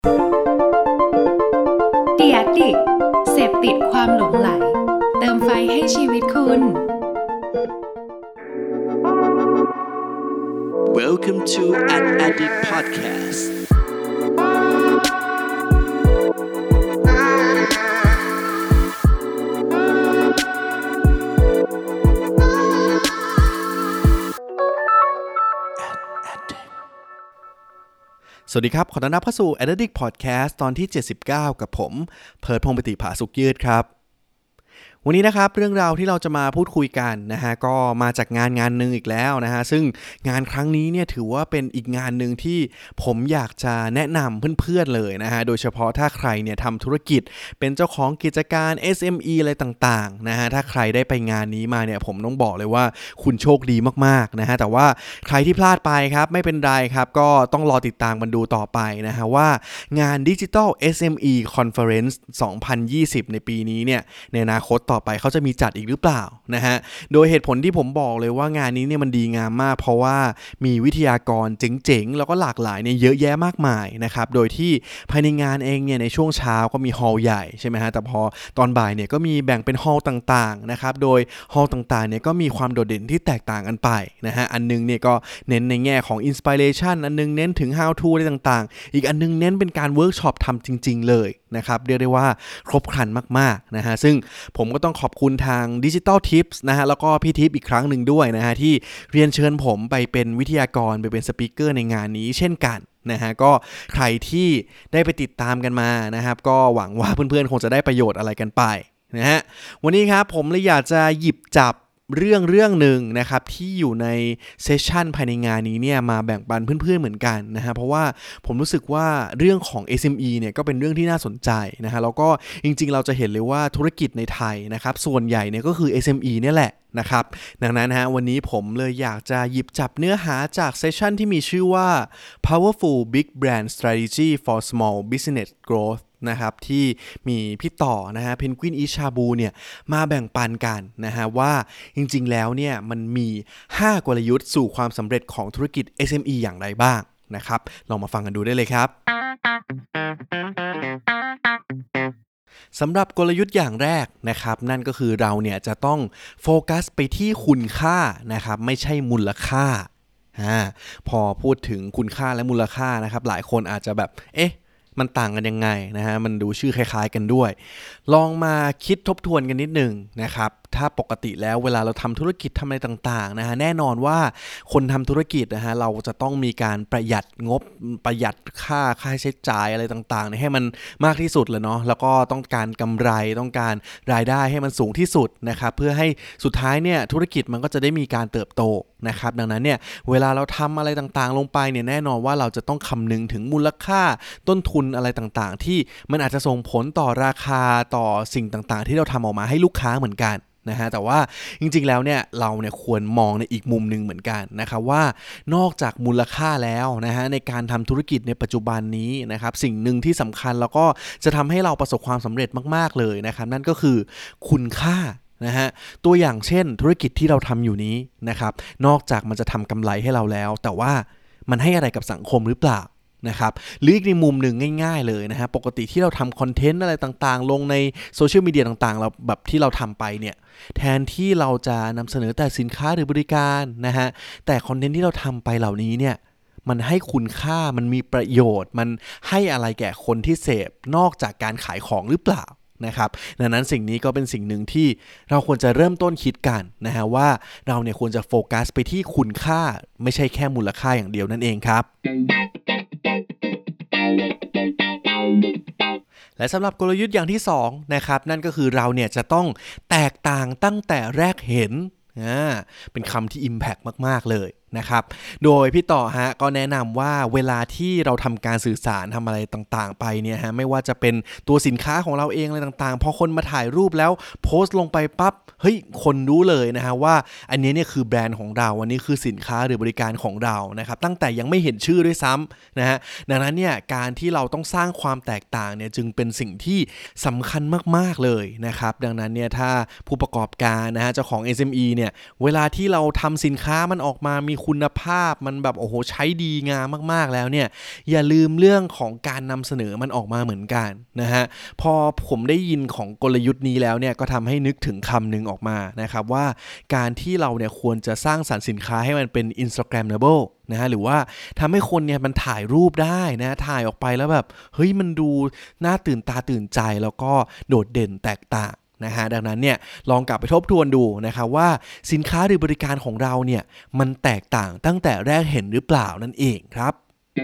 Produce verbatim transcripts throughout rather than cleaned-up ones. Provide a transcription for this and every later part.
The Addict เสพติดความหลงใหลเติมไฟให้ชีวิตคุณ Welcome to An Addict Podcastสวัสดีครับขอต้อนรับเข้าสู่ An Addict Podcast ตอนที่เจ็ดสิบเก้ากับผมเพิร์ทพงษ์ปิติผาสุขยืดครับวันนี้นะครับเรื่องราวที่เราจะมาพูดคุยกันนะฮะก็มาจากงานงานนึงอีกแล้วนะฮะซึ่งงานครั้งนี้เนี่ยถือว่าเป็นอีกงานนึงที่ผมอยากจะแนะนำเพื่อนๆเลยนะฮะโดยเฉพาะถ้าใครเนี่ยทำธุรกิจเป็นเจ้าของกิจการ เอส เอ็ม อี อะไรต่างๆนะฮะถ้าใครได้ไปงานนี้มาเนี่ยผมต้องบอกเลยว่าคุณโชคดีมากๆนะฮะแต่ว่าใครที่พลาดไปครับไม่เป็นไรครับก็ต้องรอติดตามกันดูต่อไปนะฮะว่างาน Digital เอส เอ็ม อี Conference สองพันยี่สิบในปีนี้เนี่ยในอนาคตต่อไปเขาจะมีจัดอีกหรือเปล่านะฮะโดยเหตุผลที่ผมบอกเลยว่างานนี้เนี่ยมันดีงามมากเพราะว่ามีวิทยากรเจ๋งๆแล้วก็หลากหลายเนี่ยเยอะแยะมากมายนะครับโดยที่ภายในงานเองเนี่ยในช่วงเช้าก็มีฮอลล์ใหญ่ใช่ไหมฮะแต่พอตอนบ่ายเนี่ยก็มีแบ่งเป็นฮอลล์ต่างๆนะครับโดยฮอลล์ต่างๆเนี่ยก็มีความโดดเด่นที่แตกต่างกันไปนะฮะอันนึงเนี่ยก็เน้นในแง่ของ inspiration อันนึงเน้นถึง how to อะไรต่างๆอีกอันนึงเน้นเป็นการเวิร์กช็อปทำจริงๆเลยนะครับเรียกได้ว่าครบครันมากๆนะฮะซึ่งผมก็ต้องขอบคุณทาง Digital Tips นะฮะแล้วก็พี่ทิปอีกครั้งหนึ่งด้วยนะฮะที่เรียนเชิญผมไปเป็นวิทยากรไปเป็นสปีกเกอร์ในงานนี้เช่นกันนะฮะก็ใครที่ได้ไปติดตามกันมานะครับก็หวังว่าเพื่อนๆคงจะได้ประโยชน์อะไรกันไปนะฮะวันนี้ครับผมเลยอยากจะหยิบจับเรื่องเรื่องหนึ่งนะครับที่อยู่ในเซสชันภายในงานนี้เนี่ยมาแบ่งปันเพื่อนๆเหมือนกันนะฮะเพราะว่าผมรู้สึกว่าเรื่องของ เอส เอ็ม อี เนี่ยก็เป็นเรื่องที่น่าสนใจนะฮะแล้วก็จริงๆเราจะเห็นเลยว่าธุรกิจในไทยนะครับส่วนใหญ่เนี่ยก็คือ เอส เอ็ม อี เนี่ยแหละนะครับดังนั้นฮะวันนี้ผมเลยอยากจะหยิบจับเนื้อหาจากเซสชันที่มีชื่อว่า Powerful Big Brand Strategy for Small Business Growthนะครับที่มีพี่ต่อนะฮะเพนกวินอิชาบูเนี่ยมาแบ่งปันกันนะฮะว่าจริงๆแล้วเนี่ยมันมีห้ากลยุทธ์สู่ความสำเร็จของธุรกิจ เอส เอ็ม อี อย่างไรบ้างนะครับลองมาฟังกันดูได้เลยครับสำหรับกลยุทธ์อย่างแรกนะครับนั่นก็คือเราเนี่ยจะต้องโฟกัสไปที่คุณค่านะครับไม่ใช่มูลค่าอ่าพอพูดถึงคุณค่าและมูลค่านะครับหลายคนอาจจะแบบเอ๊ะมันต่างกันยังไงนะฮะมันดูชื่อคล้ายๆกันด้วยลองมาคิดทบทวนกันนิดนึงนะครับถ้าปกติแล้วเวลาเราทำธุรกิจทำอะไรต่างๆนะฮะแน่นอนว่าคนทำธุรกิจนะฮะเราจะต้องมีการประหยัดงบประหยัดค่าค่าใช้จ่ายอะไรต่างๆให้มันมากที่สุดเลยเนาะแล้วก็ต้องการกำไรต้องการรายได้ให้มันสูงที่สุดนะครับเพื่อให้สุดท้ายเนี่ยธุรกิจมันก็จะได้มีการเติบโตนะครับดังนั้นเนี่ยเวลาเราทำอะไรต่างๆลงไปเนี่ยแน่นอนว่าเราจะต้องคำนึงถึงมูลค่าต้นทุนอะไรต่างๆที่มันอาจจะส่งผลต่อราคาต่อสิ่งต่างๆที่เราทำออกมาให้ลูกค้าเหมือนกันนะฮะแต่ว่าจริงๆแล้วเนี่ยเราเนี่ยควรมองในอีกมุมนึงเหมือนกันนะครับว่านอกจากมูลค่าแล้วนะฮะในการทำธุรกิจในปัจจุบันนี้นะครับสิ่งหนึ่งที่สำคัญแล้วก็จะทำให้เราประสบความสำเร็จมากๆเลยนะครับนั่นก็คือคุณค่านะฮะตัวอย่างเช่นธุรกิจที่เราทำอยู่นี้นะครับนอกจากมันจะทำกำไรให้เราแล้วแต่ว่ามันให้อะไรกับสังคมหรือเปล่านะครับหรืออีกในมุมหนึ่งง่ายๆเลยนะฮะปกติที่เราทำคอนเทนต์อะไรต่างๆลงในโซเชียลมีเดียต่างๆเราแบบที่เราทำไปเนี่ยแทนที่เราจะนำเสนอแต่สินค้าหรือบริการนะฮะแต่คอนเทนต์ที่เราทำไปเหล่านี้เนี่ยมันให้คุณค่ามันมีประโยชน์มันให้อะไรแก่คนที่เสพนอกจากการขายของหรือเปล่านะครับดังนั้นสิ่งนี้ก็เป็นสิ่งหนึ่งที่เราควรจะเริ่มต้นคิดกันนะฮะว่าเราเนี่ยควรจะโฟกัสไปที่คุณค่าไม่ใช่แค่มูลค่าอย่างเดียวนั่นเองครับและสำหรับกลยุทธ์อย่างที่สองนะครับนั่นก็คือเราเนี่ยจะต้องแตกต่างตั้งแต่แรกเห็นอ่าเป็นคำที่ impact มากๆเลยนะครับโดยพี่ต่อฮะก็แนะนำว่าเวลาที่เราทำการสื่อสารทำอะไรต่างๆไปเนี่ยฮะไม่ว่าจะเป็นตัวสินค้าของเราเองอะไรต่างๆพอคนมาถ่ายรูปแล้วโพสต์ลงไปปั๊บเฮ้ยคนรู้เลยนะฮะว่าอันนี้เนี่ยคือแบรนด์ของเราอันนี้คือสินค้าหรือบริการของเรานะครับตั้งแต่ยังไม่เห็นชื่อด้วยซ้ำนะฮะดังนั้นเนี่ยการที่เราต้องสร้างความแตกต่างเนี่ยจึงเป็นสิ่งที่สำคัญมากๆเลยนะครับดังนั้นเนี่ยถ้าผู้ประกอบการนะฮะเจ้าของ เอส เอ็ม อี เนี่ยเวลาที่เราทำสินค้ามันออกมามีคุณภาพมันแบบโอ้โหใช้ดีงามมากๆแล้วเนี่ยอย่าลืมเรื่องของการนำเสนอมันออกมาเหมือนกันนะฮะพอผมได้ยินของกลยุทธ์นี้แล้วเนี่ยก็ทำให้นึกถึงคำหนึ่งออกมานะครับว่าการที่เราเนี่ยควรจะสร้างสรรค์สินค้าให้มันเป็น Instagrammable นะฮะหรือว่าทำให้คนเนี่ยมันถ่ายรูปได้นะถ่ายออกไปแล้วแบบเฮ้ยมันดูน่าตื่นตาตื่นใจแล้วก็โดดเด่นแตกต่างนะฮะดังนั้นเนี่ยลองกลับไปทบทวนดูนะครับว่าสินค้าหรือบริการของเราเนี่ยมันแตกต่างตั้งแต่แรกเห็นหรือเปล่านั่นเองครับ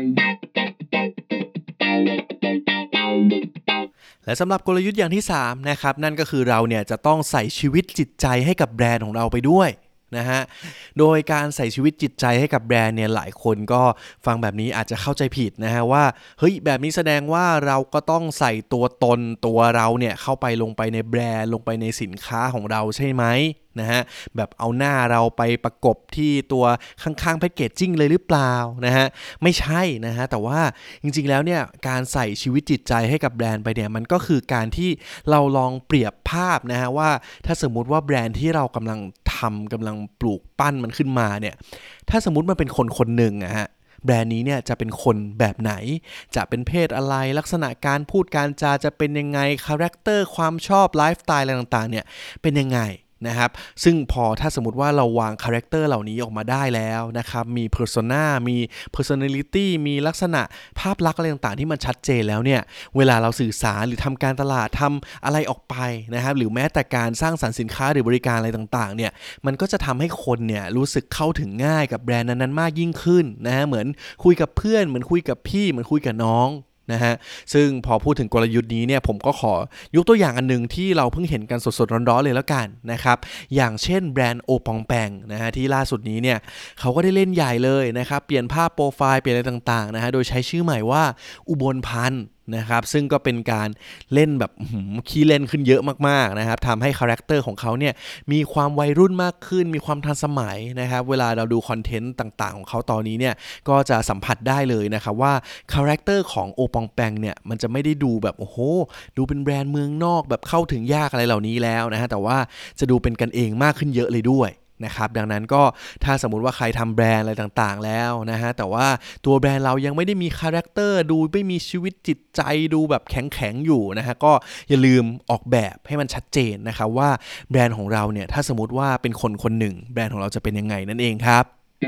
และสำหรับกลยุทธ์อย่างที่สามนะครับนั่นก็คือเราเนี่ยจะต้องใส่ชีวิตจิตใจให้กับแบรนด์ของเราไปด้วยนะฮะโดยการใส่ชีวิตจิตใจให้กับแบรนด์เนี่ยหลายคนก็ฟังแบบนี้อาจจะเข้าใจผิดนะฮะว่าเฮ้ยแบบนี้แสดงว่าเราก็ต้องใส่ตัวตนตัวเราเนี่ยเข้าไปลงไปในแบรนด์ลงไปในสินค้าของเราใช่ไหมนะฮะแบบเอาหน้าเราไปประกบที่ตัวข้างๆแพคเกจจิ้งเลยหรือเปล่านะฮะไม่ใช่นะฮะแต่ว่าจริงๆแล้วเนี่ยการใส่ชีวิตจิตใจให้กับแบรนด์ไปเนี่ยมันก็คือการที่เราลองเปรียบภาพนะฮะว่าถ้าสมมุติว่าแบรนด์ที่เรากำลังทำกำลังปลูกปั้นมันขึ้นมาเนี่ยถ้าสมมุติมันเป็นคนคนหนึ่งอะฮะแบรนด์นี้เนี่ยจะเป็นคนแบบไหนจะเป็นเพศอะไรลักษณะการพูดการจาจะเป็นยังไงคาแรคเตอร์ความชอบไลฟ์สไตล์อะไรต่างๆเนี่ยเป็นยังไงนะครับซึ่งพอถ้าสมมุติว่าเราวางคาแรคเตอร์เหล่านี้ออกมาได้แล้วนะครับมี persona มี personality มีลักษณะภาพลักษณ์อะไรต่างๆที่มันชัดเจนแล้วเนี่ยเวลาเราสื่อสารหรือทำการตลาดทำอะไรออกไปนะครับหรือแม้แต่การสร้างสรรค์สินค้าหรือบริการอะไรต่างๆเนี่ยมันก็จะทำให้คนเนี่ยรู้สึกเข้าถึงง่ายกับแบรนด์นั้นๆมากยิ่งขึ้นนะฮะเหมือนคุยกับเพื่อนเหมือนคุยกับพี่เหมือนคุยกับน้องนะฮะซึ่งพอพูดถึงกลยุทธ์นี้เนี่ยผมก็ขอยกตัวอย่างอันนึงที่เราเพิ่งเห็นกันสดๆร้อนๆเลยแล้วกันนะครับอย่างเช่นแบรนด์โอปองแปงนะฮะที่ล่าสุดนี้เนี่ยเขาก็ได้เล่นใหญ่เลยนะครับเปลี่ยนภาพโปรไฟล์เปลี่ยนอะไรต่างๆนะฮะโดยใช้ชื่อใหม่ว่าอุบลพันธ์นะครับซึ่งก็เป็นการเล่นแบบขี้เล่นขึ้นเยอะมากๆนะครับทำให้คาแรคเตอร์ของเขาเนี่ยมีความวัยรุ่นมากขึ้นมีความทันสมัยนะครับเวลาเราดูคอนเทนต์ต่างๆของเขาตอนนี้เนี่ยก็จะสัมผัสได้เลยนะครับว่าคาแรคเตอร์ของโอปองแปงเนี่ยมันจะไม่ได้ดูแบบโอ้โหดูเป็นแบรนด์เมืองนอกแบบเข้าถึงยากอะไรเหล่านี้แล้วนะฮะแต่ว่าจะดูเป็นกันเองมากขึ้นเยอะเลยด้วยนะครับดังนั้นก็ถ้าสมมุติว่าใครทำแบรนด์อะไรต่างๆแล้วนะฮะแต่ว่าตัวแบรนด์เรายังไม่ได้มีคาแรคเตอร์ดูไม่มีชีวิตจิตใจดูแบบแข็งๆอยู่นะฮะก็อย่าลืมออกแบบให้มันชัดเจนนะครับว่าแบรนด์ของเราเนี่ยถ้าสมมุติว่าเป็นคนคนหนึ่งแบรนด์ของเราจะเป็นยังไงนั่นเองครับ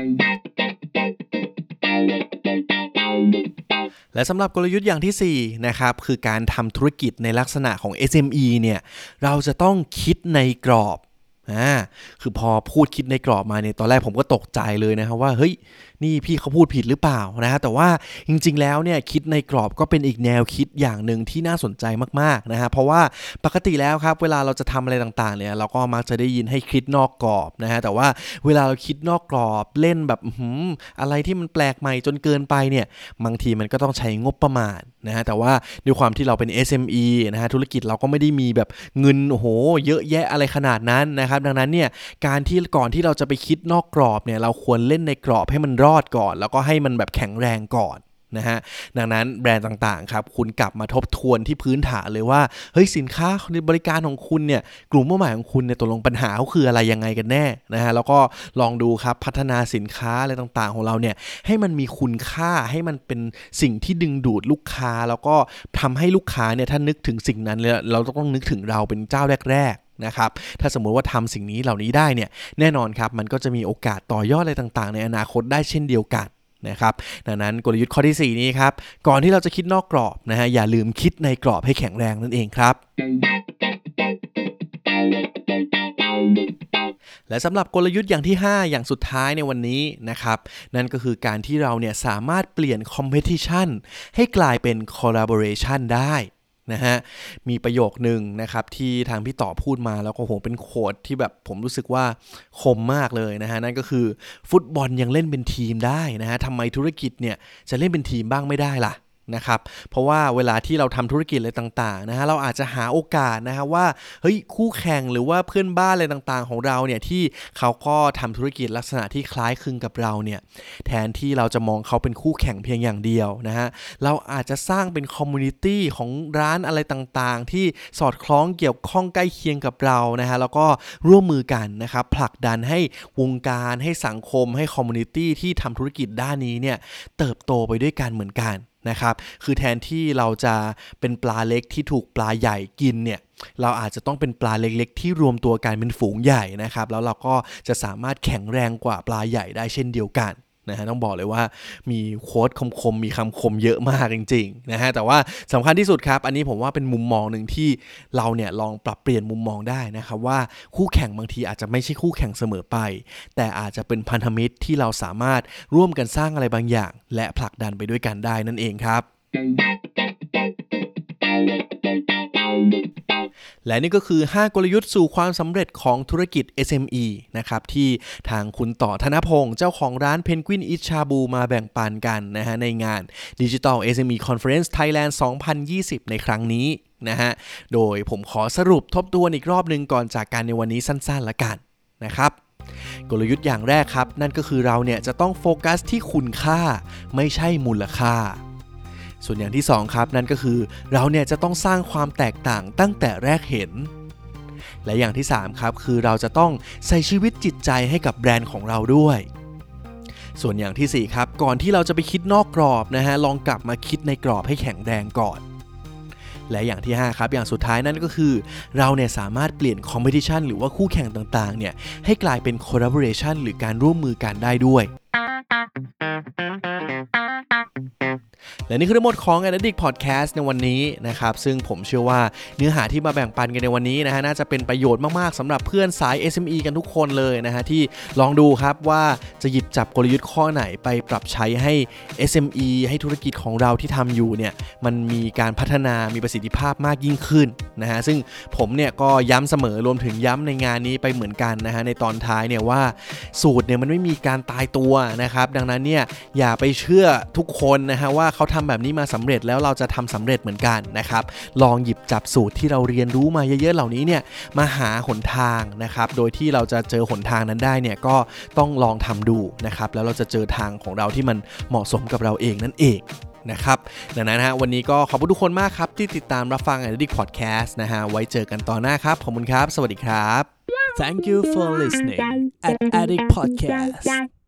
และสำหรับกลยุทธ์อย่างที่สี่นะครับคือการทำธุรกิจในลักษณะของ เอส เอ็ม อี เนี่ยเราจะต้องคิดในกรอบอ่าคือพอพูดคิดในกรอบมาเนี่ยตอนแรกผมก็ตกใจเลยนะครับว่าเฮ้ยนี่พี่เขาพูดผิดหรือเปล่านะฮะแต่ว่าจริงๆแล้วเนี่ยคิดในกรอบก็เป็นอีกแนวคิดอย่างหนึ่งที่น่าสนใจมากๆนะฮะเพราะว่าปกติแล้วครับเวลาเราจะทำอะไรต่างๆเนี่ยเราก็มักจะได้ยินให้คิดนอกกรอบนะฮะแต่ว่าเวลาเราคิดนอกกรอบเล่นแบบอะไรที่มันแปลกใหม่จนเกินไปเนี่ยบางทีมันก็ต้องใช้งบประมาณนะฮะแต่ว่าด้วยความที่เราเป็น เอส เอ็ม อี นะฮะธุรกิจเราก็ไม่ได้มีแบบเงินโอ้โหเยอะแยะอะไรขนาดนั้นนะครับดังนั้นเนี่ยการที่ก่อนที่เราจะไปคิดนอกกรอบเนี่ยเราควรเล่นในกรอบให้มันรอดก่อนแล้วก็ให้มันแบบแข็งแรงก่อนนะฮะดังนั้นแบรนด์ต่างๆครับคุณกลับมาทบทวนที่พื้นฐานเลยว่าเฮ้ยสินค้าบริการของคุณเนี่ยกลุ่มเป้าหมายของคุณเนี่ยตกลงปัญหาเขาคืออะไรยังไงกันแน่นะฮะแล้วก็ลองดูครับพัฒนาสินค้าอะไรต่างๆของเราเนี่ยให้มันมีคุณค่าให้มันเป็นสิ่งที่ดึงดูดลูกค้าแล้วก็ทำให้ลูกค้าเนี่ยถ้านึกถึงสิ่งนั้นเราต้องนึกถึงเราเป็นเจ้าแรกๆนะครับถ้าสมมุติว่าทำสิ่งนี้เหล่านี้ได้เนี่ยแน่นอนครับมันก็จะมีโอกาสต่อยอดอะไรต่างๆในอนาคตได้เช่นเดียวกันนะครับดังนั้นกลยุทธ์ข้อที่สี่นี้ครับก่อนที่เราจะคิดนอกกรอบนะฮะอย่าลืมคิดในกรอบให้แข็งแรงนั่นเองครับและสำหรับกลยุทธ์อย่างที่ห้าอย่างสุดท้ายในวันนี้นะครับนั่นก็คือการที่เราเนี่ยสามารถเปลี่ยน competition ให้กลายเป็น collaboration ได้นะฮะมีประโยคนึงนะครับที่ทางพี่ต่อพูดมาแล้วก็โหเป็นโค้ดที่แบบผมรู้สึกว่าคมมากเลยนะฮะนั่นก็คือฟุตบอลยังเล่นเป็นทีมได้นะฮะทำไมธุรกิจเนี่ยจะเล่นเป็นทีมบ้างไม่ได้ล่ะนะครับเพราะว่าเวลาที่เราทำธุรกิจอะไรต่างๆนะฮะเราอาจจะหาโอกาสนะฮะว่าเฮ้ยคู่แข่งหรือว่าเพื่อนบ้านอะไรต่างๆของเราเนี่ยที่เขาก็ทำธุรกิจลักษณะที่คล้ายคลึงกับเราเนี่ยแทนที่เราจะมองเขาเป็นคู่แข่งเพียงอย่างเดียวนะฮะเราอาจจะสร้างเป็นคอมมูนิตี้ของร้านอะไรต่างๆที่สอดคล้องเกี่ยวข้องใกล้เคียงกับเรานะฮะแล้วก็ร่วมมือกันนะครับผลักดันให้วงการให้สังคมให้คอมมูนิตี้ที่ทำธุรกิจด้านนี้เนี่ยเติบโตไปด้วยกันเหมือนกันนะครับคือแทนที่เราจะเป็นปลาเล็กที่ถูกปลาใหญ่กินเนี่ยเราอาจจะต้องเป็นปลาเล็กๆที่รวมตัวกันเป็นฝูงใหญ่นะครับแล้วเราก็จะสามารถแข็งแรงกว่าปลาใหญ่ได้เช่นเดียวกันนะฮะต้องบอกเลยว่ามีโค้ดคมๆมีคำคมเยอะมากจริงๆนะฮะแต่ว่าสำคัญที่สุดครับอันนี้ผมว่าเป็นมุมมองหนึ่งที่เราเนี่ยลองปรับเปลี่ยนมุมมองได้นะครับว่าคู่แข่งบางทีอาจจะไม่ใช่คู่แข่งเสมอไปแต่อาจจะเป็นพันธมิตรที่เราสามารถร่วมกันสร้างอะไรบางอย่างและผลักดันไปด้วยกันได้นั่นเองครับและนี่ก็คือห้ากลยุทธ์สู่ความสำเร็จของธุรกิจ เอส เอ็ม อี นะครับที่ทางคุณต่อธนพงศ์เจ้าของร้าน Penguin Eat Shabu มาแบ่งปันกันนะฮะในงาน Digital เอส เอ็ม อี Conference Thailand สองพันยี่สิบในครั้งนี้นะฮะโดยผมขอสรุปทบทวนอีกรอบนึงก่อนจากการในวันนี้สั้นๆละกันนะครับกลยุทธ์อย่างแรกครับนั่นก็คือเราเนี่ยจะต้องโฟกัสที่คุณค่าไม่ใช่มูลค่าส่วนอย่างที่สองครับนั่นก็คือเราเนี่ยจะต้องสร้างความแตกต่างตั้งแต่แรกเห็นและอย่างที่สามครับคือเราจะต้องใส่ชีวิตจิตใจให้กับแบรนด์ของเราด้วยส่วนอย่างที่สี่ครับก่อนที่เราจะไปคิดนอกกรอบนะฮะลองกลับมาคิดในกรอบให้แข็งแรงก่อนและอย่างที่ห้าครับอย่างสุดท้ายนั่นก็คือเราเนี่ยสามารถเปลี่ยน competition หรือว่าคู่แข่งต่างๆเนี่ยให้กลายเป็น collaboration หรือการร่วมมือกันได้ด้วยและนี่คือทั้งหมดของ Addict Podcast ในวันนี้นะครับซึ่งผมเชื่อว่าเนื้อหาที่มาแบ่งปันกันในวันนี้นะฮะน่าจะเป็นประโยชน์มากๆสำหรับเพื่อนสาย เอส เอ็ม อี กันทุกคนเลยนะฮะที่ลองดูครับว่าจะหยิบจับกลยุทธ์ข้อไหนไปปรับใช้ให้ เอส เอ็ม อี ให้ธุรกิจของเราที่ทำอยู่เนี่ยมันมีการพัฒนามีประสิทธิภาพมากยิ่งขึ้นนะฮะซึ่งผมเนี่ยก็ย้ำเสมอรวมถึงย้ำในงานนี้ไปเหมือนกันนะฮะในตอนท้ายเนี่ยว่าสูตรเนี่ยมันไม่มีการตายตัวนะครับดังนั้นเนี่ยอย่าไปเชื่อทุกคนนะฮะว่าเขาทำแบบนี้มาสำเร็จแล้วเราจะทำสำเร็จเหมือนกันนะครับลองหยิบจับสูตรที่เราเรียนรู้มาเยอะๆเหล่านี้เนี่ยมาหาหนทางนะครับโดยที่เราจะเจอหนทางนั้นได้เนี่ยก็ต้องลองทำดูนะครับแล้วเราจะเจอทางของเราที่มันเหมาะสมกับเราเองนั่นเองนะครับดังนั้นฮะวันนี้ก็ขอบคุณทุกคนมากครับที่ติดตามรับฟัง Addict Podcast นะฮะไว้เจอกันตอนหน้าครับขอบคุณครับสวัสดีครับ Thank you for listening at Addict Podcast